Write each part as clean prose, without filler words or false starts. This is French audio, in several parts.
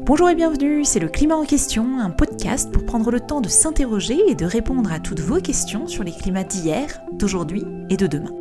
Bonjour et bienvenue, c'est le Climat en question, un podcast pour prendre le temps de s'interroger et de répondre à toutes vos questions sur les climats d'hier, d'aujourd'hui et de demain.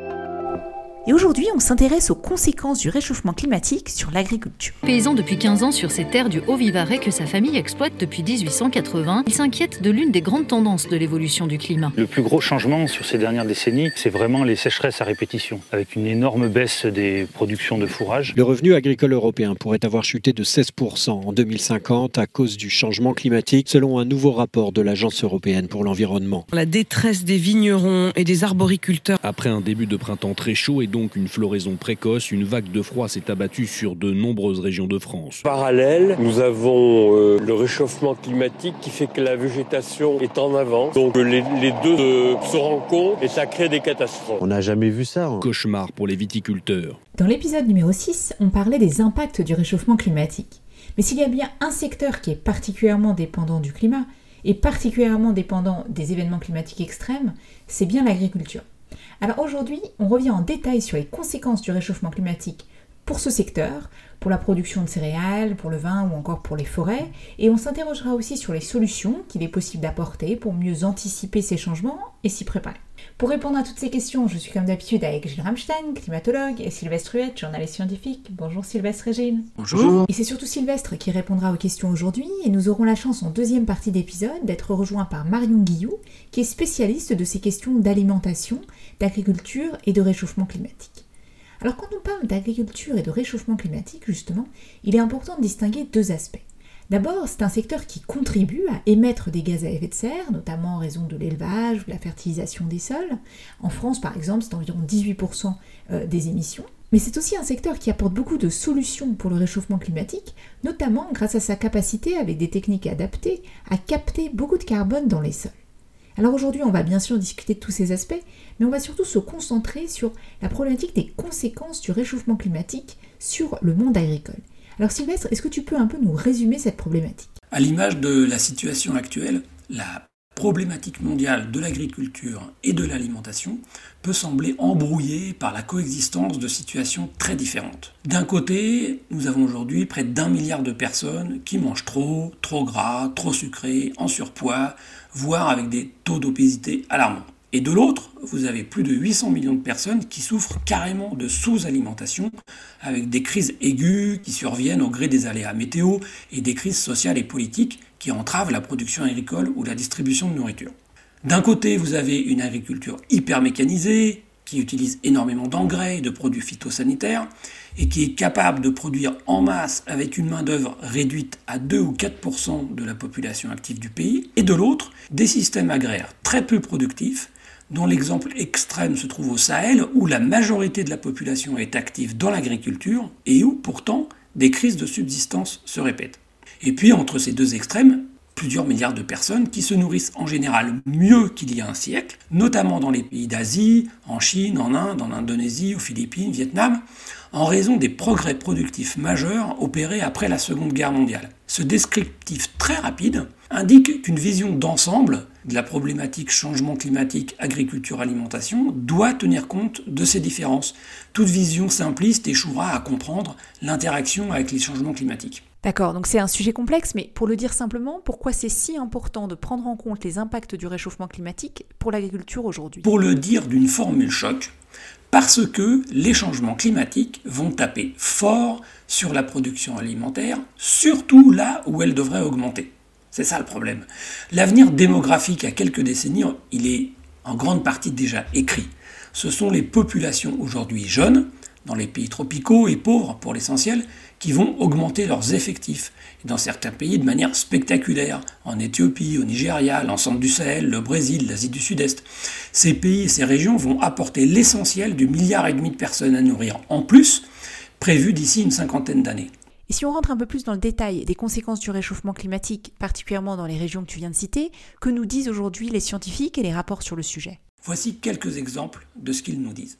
Et aujourd'hui, on s'intéresse aux conséquences du réchauffement climatique sur l'agriculture. Paysan depuis 15 ans sur ces terres du Haut-Vivarais que sa famille exploite depuis 1880, il s'inquiète de l'une des grandes tendances de l'évolution du climat. Le plus gros changement sur ces dernières décennies, c'est vraiment les sécheresses à répétition, avec une énorme baisse des productions de fourrage. Le revenu agricole européen pourrait avoir chuté de 16% en 2050 à cause du changement climatique, selon un nouveau rapport de l'Agence européenne pour l'environnement. La détresse des vignerons et des arboriculteurs. Après un début de printemps très chaud et donc une floraison précoce, une vague de froid s'est abattue sur de nombreuses régions de France. Parallèle, nous avons le réchauffement climatique qui fait que la végétation est en avance. Donc les deux se rencontrent et ça crée des catastrophes. On n'a jamais vu ça. Cauchemar pour les viticulteurs. Dans l'épisode numéro 6, on parlait des impacts du réchauffement climatique. Mais s'il y a bien un secteur qui est particulièrement dépendant du climat, et particulièrement dépendant des événements climatiques extrêmes, c'est bien l'agriculture. Alors aujourd'hui, on revient en détail sur les conséquences du réchauffement climatique pour ce secteur, pour la production de céréales, pour le vin ou encore pour les forêts, et on s'interrogera aussi sur les solutions qu'il est possible d'apporter pour mieux anticiper ces changements et s'y préparer. Pour répondre à toutes ces questions, je suis comme d'habitude avec Gilles Ramstein, climatologue, et Sylvestre Huette, journaliste scientifique. Bonjour Sylvestre et Gilles. Bonjour. Et c'est surtout Sylvestre qui répondra aux questions aujourd'hui, et nous aurons la chance en deuxième partie d'épisode d'être rejoint par Marion Guilloux, qui est spécialiste de ces questions d'alimentation, d'agriculture et de réchauffement climatique. Alors quand on parle d'agriculture et de réchauffement climatique, justement, il est important de distinguer deux aspects. D'abord, c'est un secteur qui contribue à émettre des gaz à effet de serre, notamment en raison de l'élevage ou de la fertilisation des sols. En France, par exemple, c'est environ 18% des émissions. Mais c'est aussi un secteur qui apporte beaucoup de solutions pour le réchauffement climatique, notamment grâce à sa capacité, avec des techniques adaptées, à capter beaucoup de carbone dans les sols. Alors aujourd'hui, on va bien sûr discuter de tous ces aspects, mais on va surtout se concentrer sur la problématique des conséquences du réchauffement climatique sur le monde agricole. Alors Sylvestre, est-ce que tu peux un peu nous résumer cette problématique ? À l'image de la situation actuelle, la problématique mondiale de l'agriculture et de l'alimentation peut sembler embrouillée par la coexistence de situations très différentes. D'un côté, nous avons aujourd'hui près d'1 milliard de personnes qui mangent trop gras, trop sucré, en surpoids, voire avec des taux d'obésité alarmants. Et de l'autre, vous avez plus de 800 millions de personnes qui souffrent carrément de sous-alimentation, avec des crises aiguës qui surviennent au gré des aléas météo et des crises sociales et politiques qui entravent la production agricole ou la distribution de nourriture. D'un côté, vous avez une agriculture hyper mécanisée, qui utilise énormément d'engrais et de produits phytosanitaires, et qui est capable de produire en masse avec une main-d'œuvre réduite à 2 ou 4% de la population active du pays, et de l'autre, des systèmes agraires très peu productifs, dont l'exemple extrême se trouve au Sahel, où la majorité de la population est active dans l'agriculture, et où pourtant des crises de subsistance se répètent. Et puis entre ces deux extrêmes, plusieurs milliards de personnes qui se nourrissent en général mieux qu'il y a un siècle, notamment dans les pays d'Asie, en Chine, en Inde, en Indonésie, aux Philippines, Vietnam, en raison des progrès productifs majeurs opérés après la Seconde Guerre mondiale. Ce descriptif très rapide indique qu'une vision d'ensemble de la problématique changement climatique, agriculture, alimentation doit tenir compte de ces différences. Toute vision simpliste échouera à comprendre l'interaction avec les changements climatiques. D'accord, donc c'est un sujet complexe, mais pour le dire simplement, pourquoi c'est si important de prendre en compte les impacts du réchauffement climatique pour l'agriculture aujourd'hui ? Pour le dire d'une formule choc, parce que les changements climatiques vont taper fort sur la production alimentaire, surtout là où elle devrait augmenter. C'est ça le problème. L'avenir démographique à quelques décennies, il est en grande partie déjà écrit. Ce sont les populations aujourd'hui jeunes, dans les pays tropicaux et pauvres pour l'essentiel, qui vont augmenter leurs effectifs. Et dans certains pays de manière spectaculaire, en Éthiopie, au Nigeria, l'ensemble du Sahel, le Brésil, l'Asie du Sud-Est. Ces pays et ces régions vont apporter l'essentiel du 1,5 milliard de personnes à nourrir en plus, prévu d'ici une 50aine d'années. Et si on rentre un peu plus dans le détail des conséquences du réchauffement climatique, particulièrement dans les régions que tu viens de citer, que nous disent aujourd'hui les scientifiques et les rapports sur le sujet ? Voici quelques exemples de ce qu'ils nous disent.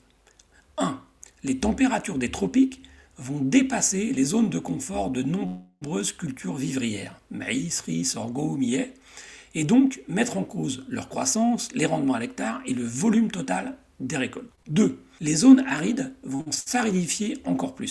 1. Les températures des tropiques vont dépasser les zones de confort de nombreuses cultures vivrières, maïs, riz, sorgho, millet, et donc mettre en cause leur croissance, les rendements à l'hectare et le volume total des récoltes. 2. Les zones arides vont s'aridifier encore plus.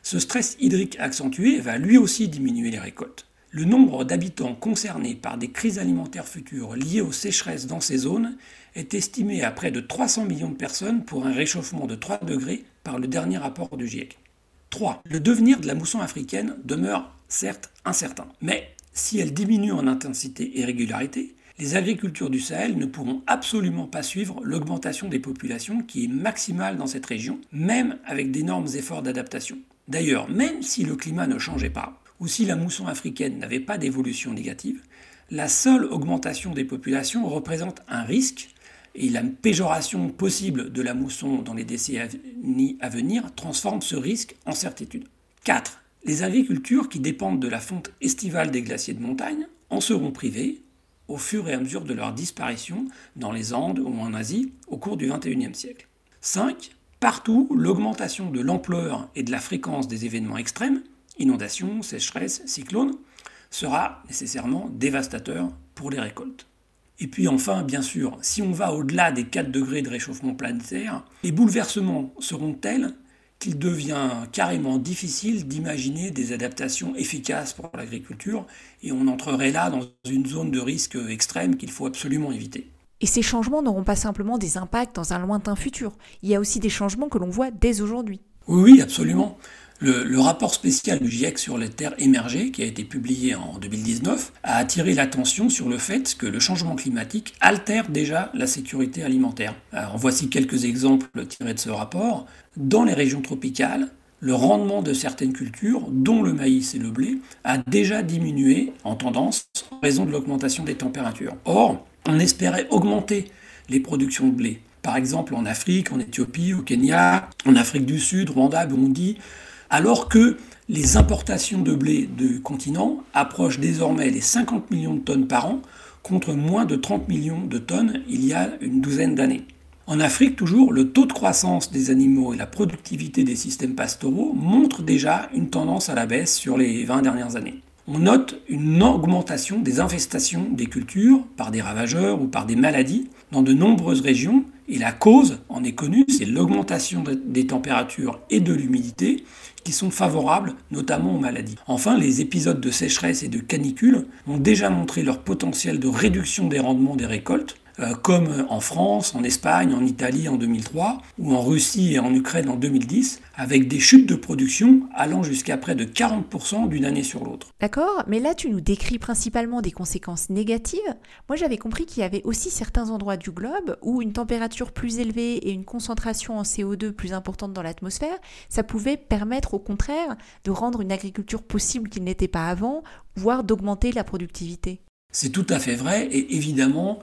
Ce stress hydrique accentué va lui aussi diminuer les récoltes. Le nombre d'habitants concernés par des crises alimentaires futures liées aux sécheresses dans ces zones est estimé à près de 300 millions de personnes pour un réchauffement de 3 degrés par le dernier rapport du GIEC. 3. Le devenir de la mousson africaine demeure certes incertain, mais si elle diminue en intensité et régularité, les agricultures du Sahel ne pourront absolument pas suivre l'augmentation des populations qui est maximale dans cette région, même avec d'énormes efforts d'adaptation. D'ailleurs, même si le climat ne changeait pas, ou si la mousson africaine n'avait pas d'évolution négative, la seule augmentation des populations représente un risque, et la péjoration possible de la mousson dans les décennies à venir transforme ce risque en certitude. 4. Les agricultures qui dépendent de la fonte estivale des glaciers de montagne en seront privées au fur et à mesure de leur disparition dans les Andes ou en Asie au cours du XXIe siècle. 5. Partout, l'augmentation de l'ampleur et de la fréquence des événements extrêmes, inondations, sécheresses, cyclones, sera nécessairement dévastateur pour les récoltes. Et puis enfin, bien sûr, si on va au-delà des 4 degrés de réchauffement planétaire, les bouleversements seront tels qu'il devient carrément difficile d'imaginer des adaptations efficaces pour l'agriculture, et on entrerait là dans une zone de risque extrême qu'il faut absolument éviter. Et ces changements n'auront pas simplement des impacts dans un lointain futur, il y a aussi des changements que l'on voit dès aujourd'hui. Oui, absolument. Le rapport spécial du GIEC sur les terres émergées, qui a été publié en 2019, a attiré l'attention sur le fait que le changement climatique altère déjà la sécurité alimentaire. Alors, voici quelques exemples tirés de ce rapport. Dans les régions tropicales, le rendement de certaines cultures, dont le maïs et le blé, a déjà diminué en tendance en raison de l'augmentation des températures. Or, on espérait augmenter les productions de blé. Par exemple en Afrique, en Éthiopie, au Kenya, en Afrique du Sud, Rwanda, Burundi, alors que les importations de blé du continent approchent désormais les 50 millions de tonnes par an, contre moins de 30 millions de tonnes il y a une douzaine d'années. En Afrique, toujours, le taux de croissance des animaux et la productivité des systèmes pastoraux montrent déjà une tendance à la baisse sur les 20 dernières années. On note une augmentation des infestations des cultures par des ravageurs ou par des maladies dans de nombreuses régions, et la cause en est connue, c'est l'augmentation des températures et de l'humidité qui sont favorables notamment aux maladies. Enfin, les épisodes de sécheresse et de canicule ont déjà montré leur potentiel de réduction des rendements des récoltes, comme en France, en Espagne, en Italie en 2003, ou en Russie et en Ukraine en 2010, avec des chutes de production allant jusqu'à près de 40% d'une année sur l'autre. D'accord, mais là tu nous décris principalement des conséquences négatives. Moi j'avais compris qu'il y avait aussi certains endroits du globe où une température plus élevée et une concentration en CO2 plus importante dans l'atmosphère, ça pouvait permettre au contraire de rendre une agriculture possible qu'il n'était pas avant, voire d'augmenter la productivité. C'est tout à fait vrai, et évidemment,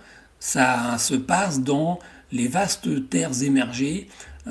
ça se passe dans les vastes terres émergées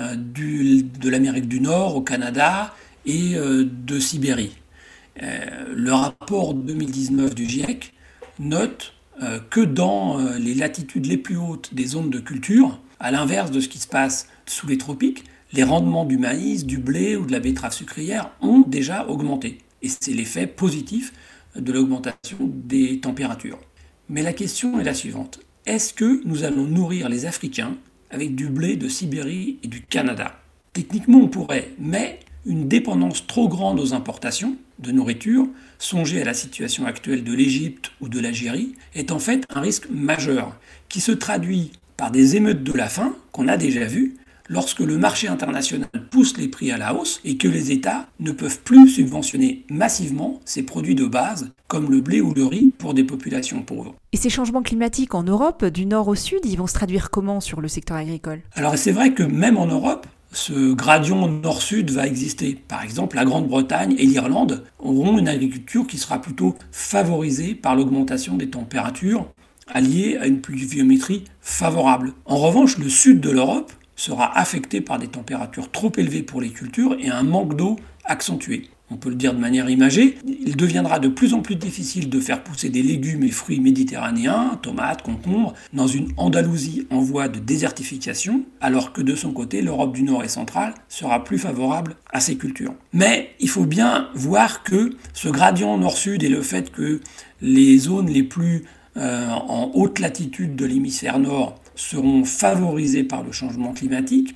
de l'Amérique du Nord au Canada et de Sibérie. Le rapport 2019 du GIEC note que dans les latitudes les plus hautes des zones de culture, à l'inverse de ce qui se passe sous les tropiques, les rendements du maïs, du blé ou de la betterave sucrière ont déjà augmenté. Et c'est l'effet positif de l'augmentation des températures. Mais la question est la suivante. Est-ce que nous allons nourrir les Africains avec du blé de Sibérie et du Canada ? Techniquement, on pourrait, mais une dépendance trop grande aux importations de nourriture, songez à la situation actuelle de l'Égypte ou de l'Algérie, est en fait un risque majeur qui se traduit par des émeutes de la faim qu'on a déjà vues lorsque le marché international pousse les prix à la hausse et que les États ne peuvent plus subventionner massivement ces produits de base comme le blé ou le riz pour des populations pauvres. Et ces changements climatiques en Europe, du nord au sud, ils vont se traduire comment sur le secteur agricole ? Alors c'est vrai que même en Europe, ce gradient nord-sud va exister. Par exemple, la Grande-Bretagne et l'Irlande auront une agriculture qui sera plutôt favorisée par l'augmentation des températures alliée à une pluviométrie favorable. En revanche, le sud de l'Europe sera affecté par des températures trop élevées pour les cultures et un manque d'eau accentué. On peut le dire de manière imagée, il deviendra de plus en plus difficile de faire pousser des légumes et fruits méditerranéens, tomates, concombres, dans une Andalousie en voie de désertification, alors que de son côté, l'Europe du Nord et centrale sera plus favorable à ces cultures. Mais il faut bien voir que ce gradient nord-sud et le fait que les zones les plus en haute latitude de l'hémisphère nord seront favorisées par le changement climatique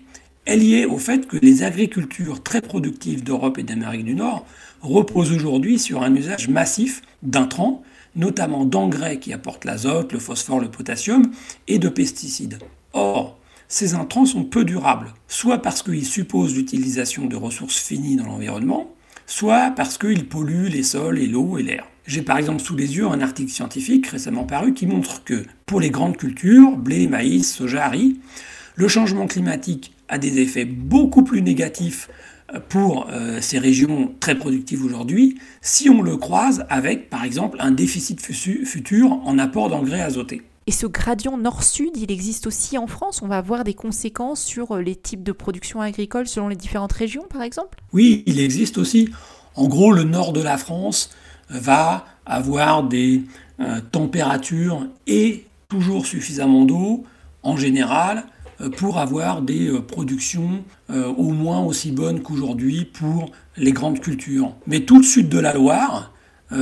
est liée au fait que les agricultures très productives d'Europe et d'Amérique du Nord reposent aujourd'hui sur un usage massif d'intrants, notamment d'engrais qui apportent l'azote, le phosphore, le potassium, et de pesticides. Or, ces intrants sont peu durables, soit parce qu'ils supposent l'utilisation de ressources finies dans l'environnement, soit parce qu'ils polluent les sols et l'eau et l'air. J'ai par exemple sous les yeux un article scientifique récemment paru qui montre que pour les grandes cultures, blé, maïs, soja, riz, le changement climatique a des effets beaucoup plus négatifs pour ces régions très productives aujourd'hui si on le croise avec par exemple un déficit futur en apport d'engrais azotés. Et ce gradient nord-sud, il existe aussi en France? On va avoir des conséquences sur les types de production agricole selon les différentes régions, par exemple? Oui, il existe aussi. En gros, le nord de la France va avoir des températures et toujours suffisamment d'eau, en général, pour avoir des productions au moins aussi bonnes qu'aujourd'hui pour les grandes cultures. Mais tout le sud de la Loire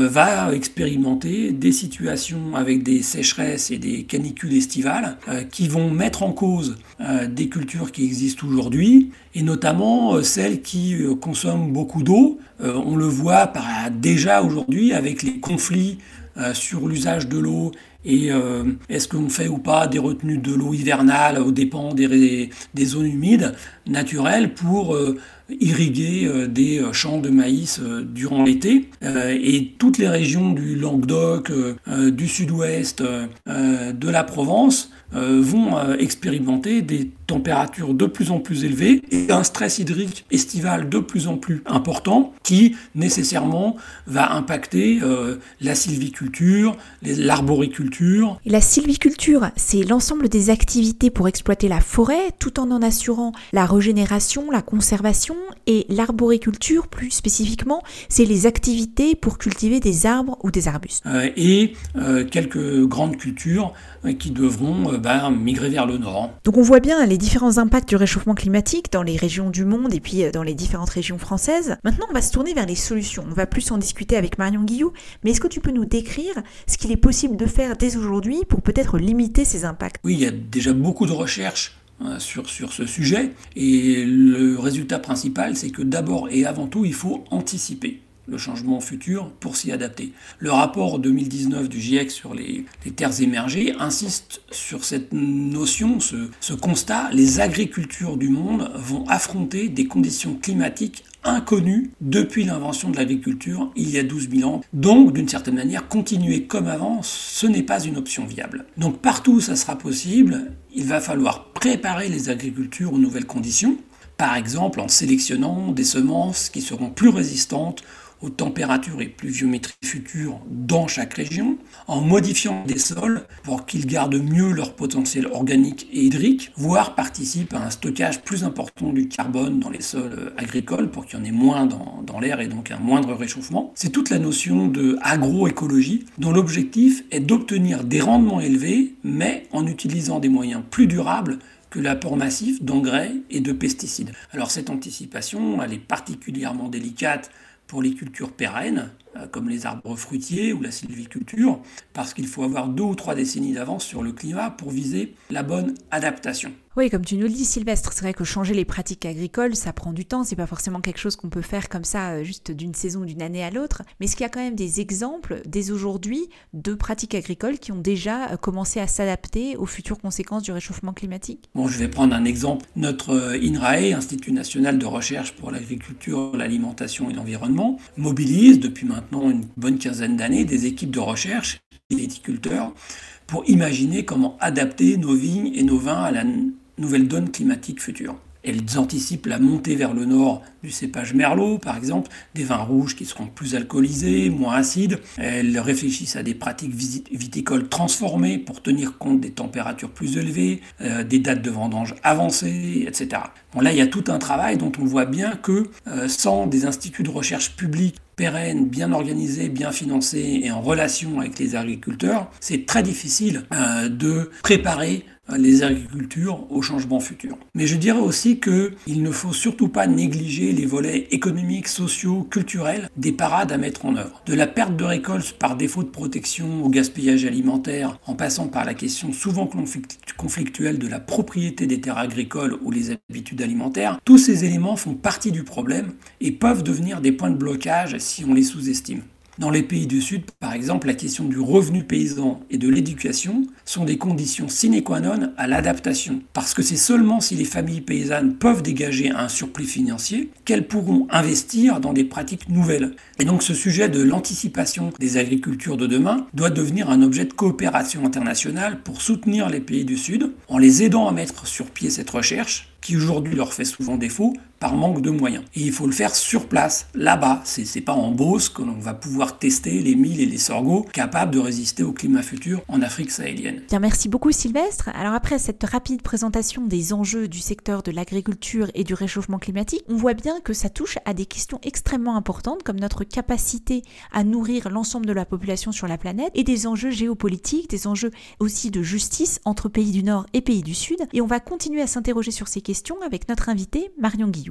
va expérimenter des situations avec des sécheresses et des canicules estivales qui vont mettre en cause des cultures qui existent aujourd'hui, et notamment celles qui consomment beaucoup d'eau. On le voit déjà aujourd'hui avec les conflits sur l'usage de l'eau et est-ce qu'on fait ou pas des retenues de l'eau hivernale aux dépens des zones humides naturelles pour irriguer des champs de maïs durant l'été. Et toutes les régions du Languedoc, du sud-ouest, de la Provence vont expérimenter des températures de plus en plus élevées et un stress hydrique estival de plus en plus important qui nécessairement va impacter la sylviculture, l'arboriculture. Et la sylviculture, c'est l'ensemble des activités pour exploiter la forêt tout en assurant la régénération, la conservation, et l'arboriculture, plus spécifiquement, c'est les activités pour cultiver des arbres ou des arbustes. Et quelques grandes cultures qui devront migrer vers le nord. Donc on voit bien les différents impacts du réchauffement climatique dans les régions du monde et puis dans les différentes régions françaises. Maintenant, on va se tourner vers les solutions. On va plus en discuter avec Marion Guillou, mais est-ce que tu peux nous décrire ce qu'il est possible de faire dès aujourd'hui pour peut-être limiter ces impacts? Oui, il y a déjà beaucoup de recherches sur ce sujet, et le résultat principal, c'est que d'abord et avant tout, il faut anticiper le changement futur pour s'y adapter. Le rapport 2019 du GIEC sur les terres émergées insiste sur cette notion, ce constat: les agricultures du monde vont affronter des conditions climatiques inconnues depuis l'invention de l'agriculture il y a 12 000 ans. Donc, d'une certaine manière, continuer comme avant, ce n'est pas une option viable. Donc, partout où ça sera possible, il va falloir préparer les agricultures aux nouvelles conditions, par exemple en sélectionnant des semences qui seront plus résistantes aux températures et pluviométries futures dans chaque région, en modifiant des sols pour qu'ils gardent mieux leur potentiel organique et hydrique, voire participent à un stockage plus important du carbone dans les sols agricoles pour qu'il y en ait moins dans l'air et donc un moindre réchauffement. C'est toute la notion de agroécologie dont l'objectif est d'obtenir des rendements élevés, mais en utilisant des moyens plus durables que l'apport massif d'engrais et de pesticides. Alors cette anticipation, elle est particulièrement délicate pour les cultures pérennes, comme les arbres fruitiers ou la sylviculture, parce qu'il faut avoir 2 ou 3 décennies d'avance sur le climat pour viser la bonne adaptation. Oui, comme tu nous le dis, Sylvestre, c'est vrai que changer les pratiques agricoles, ça prend du temps, c'est pas forcément quelque chose qu'on peut faire comme ça, juste d'une saison ou d'une année à l'autre, mais est-ce qu'il y a quand même des exemples, dès aujourd'hui, de pratiques agricoles qui ont déjà commencé à s'adapter aux futures conséquences du réchauffement climatique? Bon, je vais prendre un exemple. Notre INRAE, Institut National de Recherche pour l'Agriculture, l'Alimentation et l'Environnement, mobilise depuis maintenant une bonne quinzaine d'années des équipes de recherche et des viticulteurs pour imaginer comment adapter nos vignes et nos vins à la nouvelle donne climatique future. Elles anticipent la montée vers le nord du cépage Merlot, par exemple, des vins rouges qui seront plus alcoolisés, moins acides. Elles réfléchissent à des pratiques viticoles transformées pour tenir compte des températures plus élevées, des dates de vendange avancées, etc. Bon, là, il y a tout un travail dont on voit bien que sans des instituts de recherche publics pérennes, bien organisés, bien financés et en relation avec les agriculteurs, c'est très difficile de préparer les agricultures au changement futur. Mais je dirais aussi qu'il ne faut surtout pas négliger les volets économiques, sociaux, culturels des parades à mettre en œuvre. De la perte de récolte par défaut de protection au gaspillage alimentaire, en passant par la question souvent conflictuelle de la propriété des terres agricoles ou les habitudes alimentaires, tous ces éléments font partie du problème et peuvent devenir des points de blocage si on les sous-estime. Dans les pays du Sud, par exemple, la question du revenu paysan et de l'éducation sont des conditions sine qua non à l'adaptation. Parce que c'est seulement si les familles paysannes peuvent dégager un surplus financier qu'elles pourront investir dans des pratiques nouvelles. Et donc ce sujet de l'anticipation des agricultures de demain doit devenir un objet de coopération internationale pour soutenir les pays du Sud, en les aidant à mettre sur pied cette recherche, qui aujourd'hui leur fait souvent défaut par manque de moyens. Et il faut le faire sur place, là-bas. C'est pas en Beauce que l'on va pouvoir tester les milles et les sorgho capables de résister au climat futur en Afrique sahélienne. Bien, merci beaucoup Sylvestre. Alors après cette rapide présentation des enjeux du secteur de l'agriculture et du réchauffement climatique, on voit bien que ça touche à des questions extrêmement importantes comme notre capacité à nourrir l'ensemble de la population sur la planète et des enjeux géopolitiques, des enjeux aussi de justice entre pays du Nord et pays du Sud. Et on va continuer à s'interroger sur ces questions avec notre invitée Marion Guillou.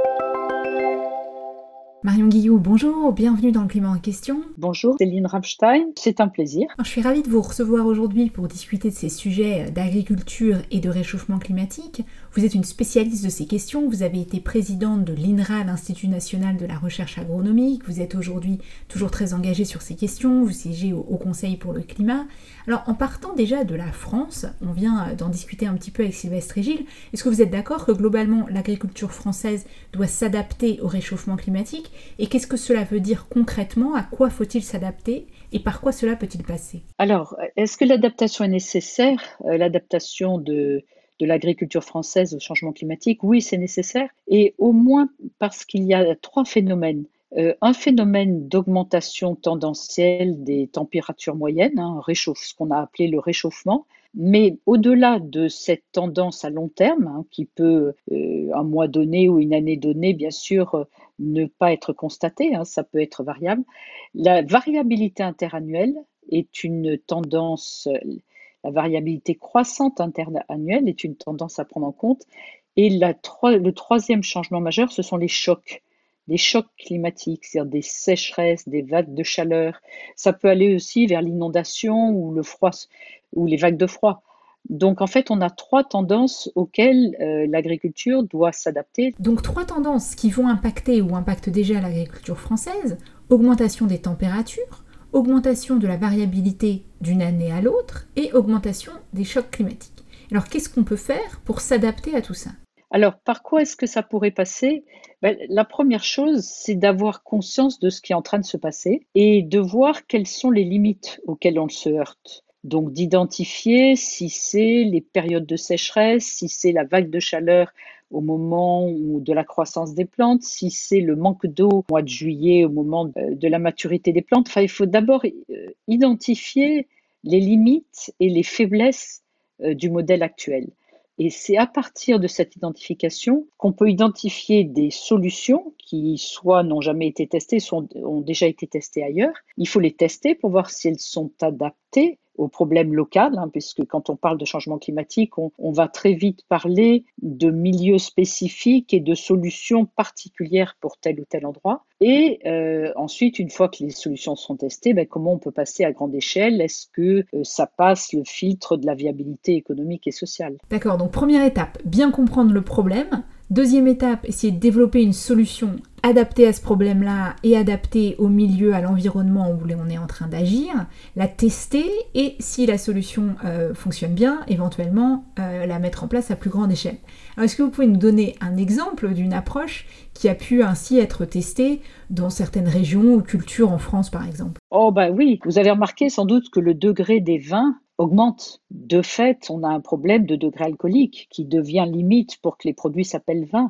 Marion Guillou, bonjour, bienvenue dans le Climat en question. Bonjour, Céline Rammstein, c'est un plaisir. Alors, je suis ravie de vous recevoir aujourd'hui pour discuter de ces sujets d'agriculture et de réchauffement climatique. Vous êtes une spécialiste de ces questions, vous avez été présidente de l'INRA, l'Institut National de la Recherche Agronomique, vous êtes aujourd'hui toujours très engagée sur ces questions, vous siégez au Conseil pour le climat. Alors en partant déjà de la France, on vient d'en discuter un petit peu avec Sylvestre et Gilles, est-ce que vous êtes d'accord que globalement l'agriculture française doit s'adapter au réchauffement climatique? Et qu'est-ce que cela veut dire concrètement? À quoi faut-il s'adapter? Et par quoi cela peut-il passer? Alors, est-ce que l'adaptation est nécessaire? L'adaptation de l'agriculture française au changement climatique, oui, c'est nécessaire. Et au moins parce qu'il y a trois phénomènes. Un phénomène d'augmentation tendancielle des températures moyennes, ce qu'on a appelé le réchauffement. Mais au-delà de cette tendance à long terme, qui peut, un mois donné ou une année donnée, bien sûr, ne pas être constatée, ça peut être variable, la variabilité interannuelle est une tendance, la variabilité croissante interannuelle est une tendance à prendre en compte. Et le troisième changement majeur, ce sont les chocs climatiques, c'est-à-dire des sécheresses, des vagues de chaleur. Ça peut aller aussi vers l'inondation ou le froid, ou les vagues de froid. Donc en fait, on a trois tendances auxquelles l'agriculture doit s'adapter. Donc trois tendances qui vont impacter ou impactent déjà l'agriculture française: augmentation des températures, augmentation de la variabilité d'une année à l'autre et augmentation des chocs climatiques. Alors qu'est-ce qu'on peut faire pour s'adapter à tout ça? Alors, par quoi est-ce que ça pourrait passer? La première chose, c'est d'avoir conscience de ce qui est en train de se passer et de voir quelles sont les limites auxquelles on se heurte. Donc, d'identifier si c'est les périodes de sécheresse, si c'est la vague de chaleur au moment de la croissance des plantes, si c'est le manque d'eau au mois de juillet, au moment de la maturité des plantes. Enfin, il faut d'abord identifier les limites et les faiblesses du modèle actuel. Et c'est à partir de cette identification qu'on peut identifier des solutions qui soit n'ont jamais été testées, soit ont déjà été testées ailleurs. Il faut les tester pour voir si elles sont adaptées au problème local, puisque quand on parle de changement climatique, on va très vite parler de milieux spécifiques et de solutions particulières pour tel ou tel endroit. Et ensuite, une fois que les solutions sont testées, comment on peut passer à grande échelle? Est-ce que ça passe le filtre de la viabilité économique et sociale? D'accord, donc première étape, bien comprendre le problème. Deuxième étape, essayer de développer une solution adaptée à ce problème-là et adaptée au milieu, à l'environnement où on est en train d'agir, la tester et si la solution fonctionne bien, éventuellement la mettre en place à plus grande échelle. Alors, est-ce que vous pouvez nous donner un exemple d'une approche qui a pu ainsi être testée dans certaines régions ou cultures en France par exemple? Oui, vous avez remarqué sans doute que le degré des vins augmente. De fait, on a un problème de degré alcoolique qui devient limite pour que les produits s'appellent vin.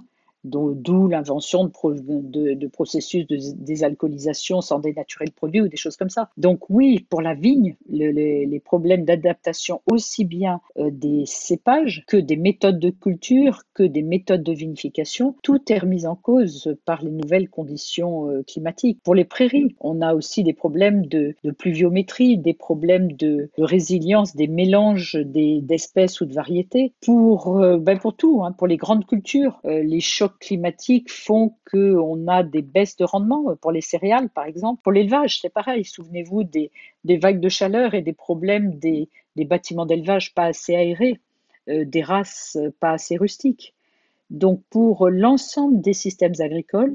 d'où l'invention de processus de désalcoolisation sans dénaturer le produit ou des choses comme ça. Donc oui, pour la vigne, les problèmes d'adaptation aussi bien des cépages que des méthodes de culture, que des méthodes de vinification, tout est remis en cause par les nouvelles conditions climatiques. Pour les prairies, on a aussi des problèmes de pluviométrie, des problèmes de résilience des mélanges d'espèces ou de variétés. Pour tout, pour les grandes cultures, les chocs climatiques font qu'on a des baisses de rendement pour les céréales, par exemple. Pour l'élevage, c'est pareil. Souvenez-vous des vagues de chaleur et des problèmes des bâtiments d'élevage pas assez aérés, des races pas assez rustiques. Donc, pour l'ensemble des systèmes agricoles,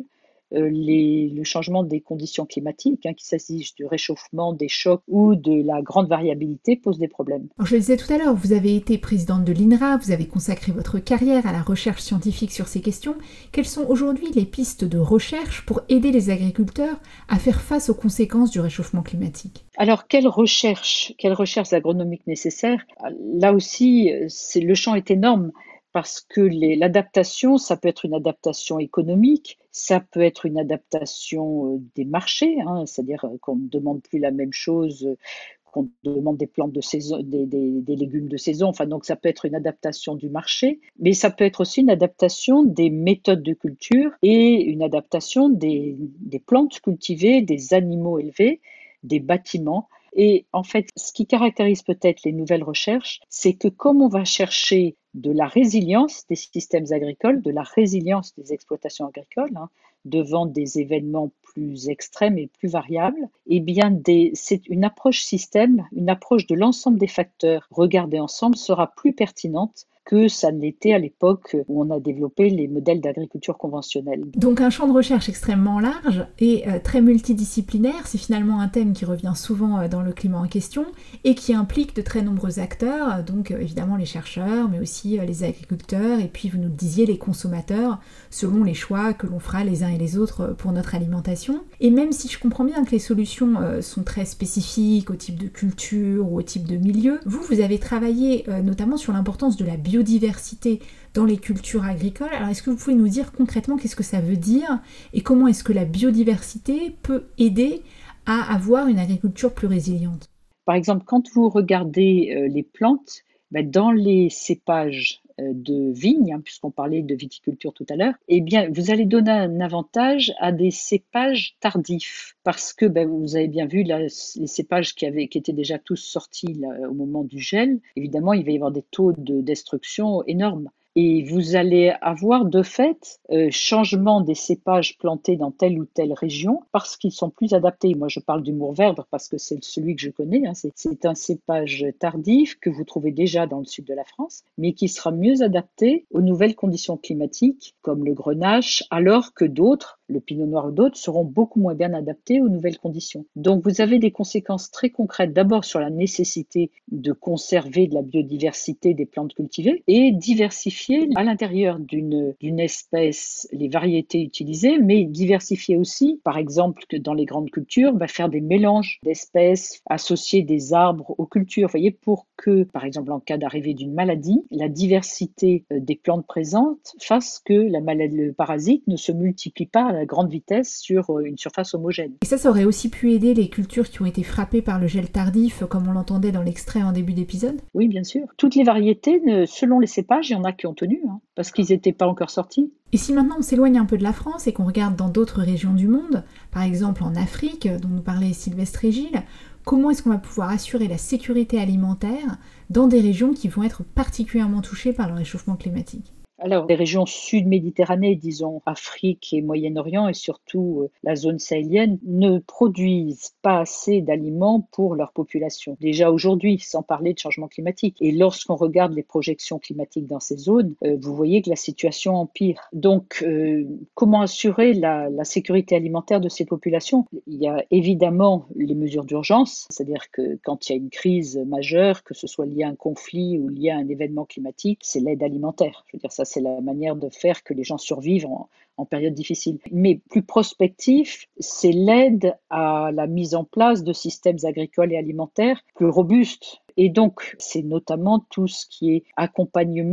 le changement des conditions climatiques, qu'il s'agisse du réchauffement, des chocs ou de la grande variabilité, pose des problèmes. Alors, je le disais tout à l'heure, vous avez été présidente de l'INRA, vous avez consacré votre carrière à la recherche scientifique sur ces questions. Quelles sont aujourd'hui les pistes de recherche pour aider les agriculteurs à faire face aux conséquences du réchauffement climatique ? Alors, quelle recherche agronomique nécessaire ? Là aussi, le champ est énorme. Parce que l'adaptation, ça peut être une adaptation économique, ça peut être une adaptation des marchés, c'est-à-dire qu'on ne demande plus la même chose, qu'on demande des plantes de saison, des légumes de saison. Enfin, donc ça peut être une adaptation du marché, mais ça peut être aussi une adaptation des méthodes de culture et une adaptation des plantes cultivées, des animaux élevés, des bâtiments. Et en fait, ce qui caractérise peut-être les nouvelles recherches, c'est que comme on va chercher de la résilience des systèmes agricoles, de la résilience des exploitations agricoles, devant des événements plus extrêmes et plus variables, eh bien c'est une approche système, une approche de l'ensemble des facteurs regardés ensemble sera plus pertinente que ça n'était à l'époque où on a développé les modèles d'agriculture conventionnelle. Donc un champ de recherche extrêmement large et très multidisciplinaire, c'est finalement un thème qui revient souvent dans le climat en question et qui implique de très nombreux acteurs, donc évidemment les chercheurs, mais aussi les agriculteurs et puis vous nous le disiez, les consommateurs, selon les choix que l'on fera les uns et les autres pour notre alimentation. Et même si je comprends bien que les solutions sont très spécifiques au type de culture ou au type de milieu, vous avez travaillé notamment sur l'importance de la biodiversité dans les cultures agricoles. Alors est-ce que vous pouvez nous dire concrètement qu'est-ce que ça veut dire et comment est-ce que la biodiversité peut aider à avoir une agriculture plus résiliente ? Par exemple, quand vous regardez les plantes, dans les cépages de vignes, puisqu'on parlait de viticulture tout à l'heure, eh bien, vous allez donner un avantage à des cépages tardifs, parce que vous avez bien vu les cépages qui étaient déjà tous sortis au moment du gel, évidemment, il va y avoir des taux de destruction énormes. Et vous allez avoir de fait changement des cépages plantés dans telle ou telle région parce qu'ils sont plus adaptés. Moi, je parle du Mourvèdre parce que c'est celui que je connais. C'est un cépage tardif que vous trouvez déjà dans le sud de la France, mais qui sera mieux adapté aux nouvelles conditions climatiques, comme le Grenache, alors que d'autres, le Pinot Noir ou d'autres, seront beaucoup moins bien adaptés aux nouvelles conditions. Donc, vous avez des conséquences très concrètes, d'abord sur la nécessité de conserver de la biodiversité des plantes cultivées et diversifier à l'intérieur d'une espèce les variétés utilisées, mais diversifier aussi, par exemple, que dans les grandes cultures, faire des mélanges d'espèces, associer des arbres aux cultures, voyez, pour que, par exemple, en cas d'arrivée d'une maladie, la diversité des plantes présentes fasse que le parasite ne se multiplie pas à la grande vitesse sur une surface homogène. Et ça aurait aussi pu aider les cultures qui ont été frappées par le gel tardif, comme on l'entendait dans l'extrait en début d'épisode ? Oui, bien sûr. Toutes les variétés, selon les cépages, il y en a qui ont tenu, parce qu'ils n'étaient pas encore sortis. Et si maintenant on s'éloigne un peu de la France et qu'on regarde dans d'autres régions du monde, par exemple en Afrique, dont nous parlait Sylvestre et Gilles, comment est-ce qu'on va pouvoir assurer la sécurité alimentaire dans des régions qui vont être particulièrement touchées par le réchauffement climatique ? Alors, les régions sud-méditerranéennes, disons Afrique et Moyen-Orient et surtout la zone sahélienne, ne produisent pas assez d'aliments pour leur population. Déjà aujourd'hui, sans parler de changement climatique. Et lorsqu'on regarde les projections climatiques dans ces zones, vous voyez que la situation empire. Donc, comment assurer la sécurité alimentaire de ces populations ? Il y a évidemment les mesures d'urgence, c'est-à-dire que quand il y a une crise majeure, que ce soit lié à un conflit ou lié à un événement climatique, c'est l'aide alimentaire. Je veux dire, ça, c'est la manière de faire que les gens survivent en période difficile. Mais plus prospectif, c'est l'aide à la mise en place de systèmes agricoles et alimentaires plus robustes. Et donc, c'est notamment tout ce qui est accompagnement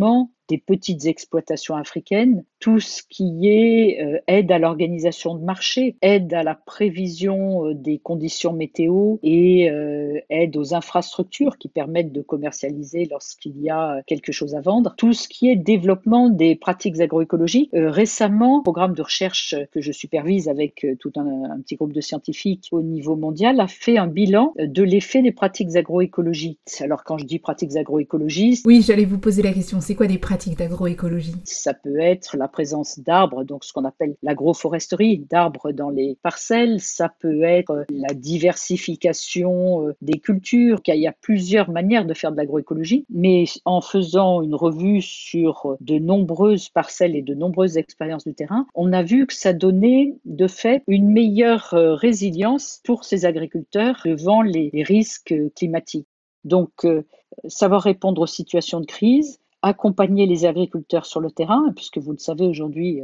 des petites exploitations africaines, tout ce qui est aide à l'organisation de marché, aide à la prévision des conditions météo et aide aux infrastructures qui permettent de commercialiser lorsqu'il y a quelque chose à vendre, tout ce qui est développement des pratiques agroécologiques. Récemment, le programme de recherche que je supervise avec tout un petit groupe de scientifiques au niveau mondial a fait un bilan de l'effet des pratiques agroécologiques. Alors quand je dis pratiques agroécologiques, oui, j'allais vous poser la question, c'est quoi des pratiques d'agroécologie? Ça peut être la présence d'arbres, donc ce qu'on appelle l'agroforesterie, d'arbres dans les parcelles, ça peut être la diversification des cultures. Il y a plusieurs manières de faire de l'agroécologie, mais en faisant une revue sur de nombreuses parcelles et de nombreuses expériences du terrain, on a vu que ça donnait de fait une meilleure résilience pour ces agriculteurs devant les risques climatiques. Donc, savoir répondre aux situations de crise, accompagner les agriculteurs sur le terrain, puisque vous le savez aujourd'hui,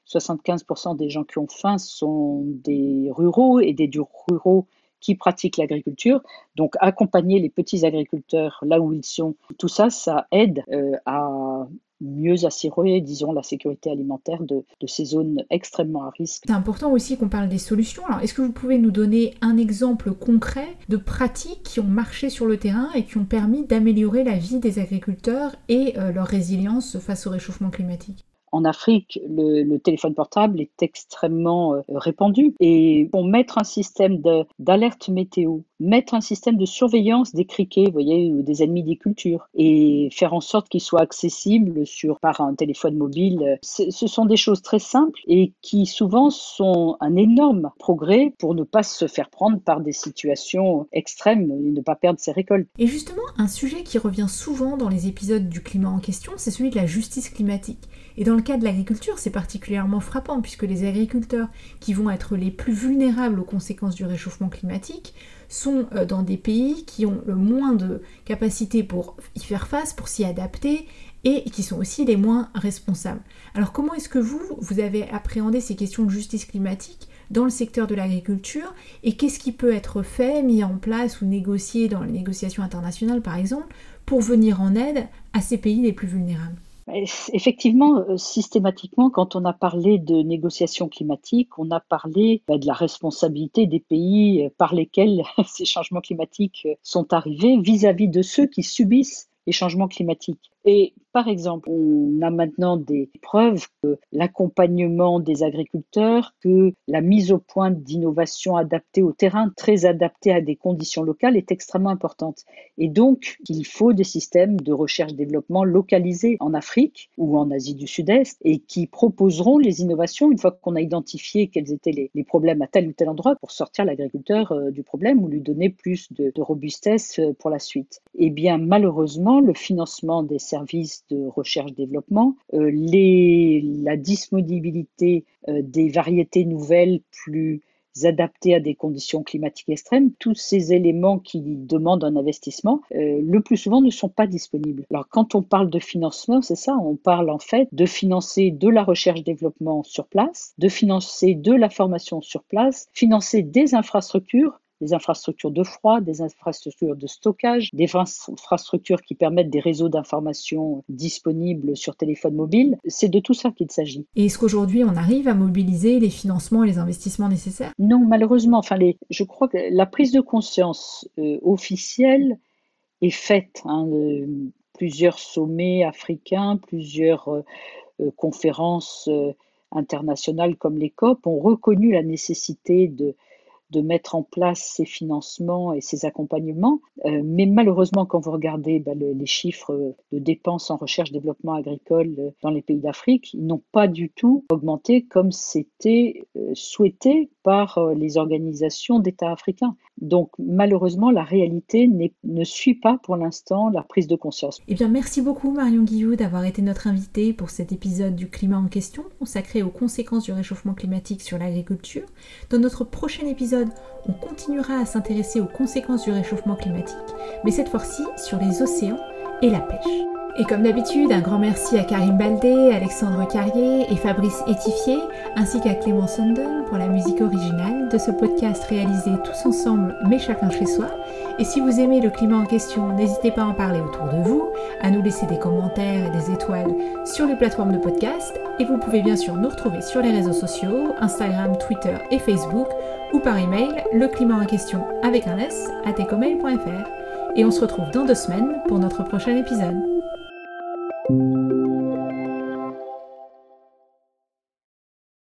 75% des gens qui ont faim sont des ruraux et des ruraux qui pratiquent l'agriculture. Donc, accompagner les petits agriculteurs là où ils sont, tout ça, ça aide à mieux assurer, disons, la sécurité alimentaire de ces zones extrêmement à risque. C'est important aussi qu'on parle des solutions. Alors, est-ce que vous pouvez nous donner un exemple concret de pratiques qui ont marché sur le terrain et qui ont permis d'améliorer la vie des agriculteurs et leur résilience face au réchauffement climatique ? En Afrique, le téléphone portable est extrêmement répandu et pour mettre un système d'alerte météo, mettre un système de surveillance des criquets, vous voyez, ou des ennemis des cultures et faire en sorte qu'ils soient accessibles par un téléphone mobile, ce sont des choses très simples et qui souvent sont un énorme progrès pour ne pas se faire prendre par des situations extrêmes et ne pas perdre ses récoltes. Et justement, un sujet qui revient souvent dans les épisodes du climat en question, c'est celui de la justice climatique. Et dans le cas de l'agriculture, c'est particulièrement frappant puisque les agriculteurs qui vont être les plus vulnérables aux conséquences du réchauffement climatique sont dans des pays qui ont le moins de capacité pour y faire face, pour s'y adapter et qui sont aussi les moins responsables. Alors comment est-ce que vous avez appréhendé ces questions de justice climatique dans le secteur de l'agriculture et qu'est-ce qui peut être fait, mis en place ou négocié dans les négociations internationales par exemple pour venir en aide à ces pays les plus vulnérables ? Effectivement, systématiquement, quand on a parlé de négociations climatiques, on a parlé de la responsabilité des pays par lesquels ces changements climatiques sont arrivés vis-à-vis de ceux qui subissent les changements climatiques. Et par exemple, on a maintenant des preuves que l'accompagnement des agriculteurs, que la mise au point d'innovations adaptées au terrain, très adaptées à des conditions locales, est extrêmement importante. Et donc, il faut des systèmes de recherche-développement localisés en Afrique ou en Asie du Sud-Est et qui proposeront les innovations une fois qu'on a identifié quels étaient les problèmes à tel ou tel endroit pour sortir l'agriculteur du problème ou lui donner plus de robustesse pour la suite. Eh bien, malheureusement, le financement des services de recherche-développement, la disponibilité des variétés nouvelles plus adaptées à des conditions climatiques extrêmes, tous ces éléments qui demandent un investissement, le plus souvent ne sont pas disponibles. Alors quand on parle de financement, c'est ça, on parle en fait de financer de la recherche-développement sur place, de financer de la formation sur place, financer des infrastructures de froid, des infrastructures de stockage, des infrastructures qui permettent des réseaux d'information disponibles sur téléphone mobile. C'est de tout ça qu'il s'agit. Et est-ce qu'aujourd'hui, on arrive à mobiliser les financements et les investissements nécessaires ? Non, malheureusement. Je crois que la prise de conscience officielle est faite. Plusieurs sommets africains, plusieurs conférences internationales comme les COP ont reconnu la nécessité de mettre en place ces financements et ces accompagnements. Mais malheureusement, quand vous regardez les chiffres de dépenses en recherche-développement agricole dans les pays d'Afrique, ils n'ont pas du tout augmenté comme c'était souhaité par les organisations d'États africains. Donc malheureusement, la réalité ne suit pas pour l'instant la prise de conscience. Eh bien, merci beaucoup Marion Guillou d'avoir été notre invitée pour cet épisode du climat en question, consacré aux conséquences du réchauffement climatique sur l'agriculture. Dans notre prochain épisode, on continuera à s'intéresser aux conséquences du réchauffement climatique, mais cette fois-ci sur les océans et la pêche. Et comme d'habitude, un grand merci à Karim Baldé, Alexandre Carrier et Fabrice Étifier, ainsi qu'à Clément Sundon pour la musique originale de ce podcast réalisé tous ensemble mais chacun chez soi. Et si vous aimez le climat en question, n'hésitez pas à en parler autour de vous, à nous laisser des commentaires et des étoiles sur les plateformes de podcast. Et vous pouvez bien sûr nous retrouver sur les réseaux sociaux, Instagram, Twitter et Facebook, ou par email, leclimatenquestion avec un s @ecomail.fr. Et on se retrouve dans 2 semaines pour notre prochain épisode.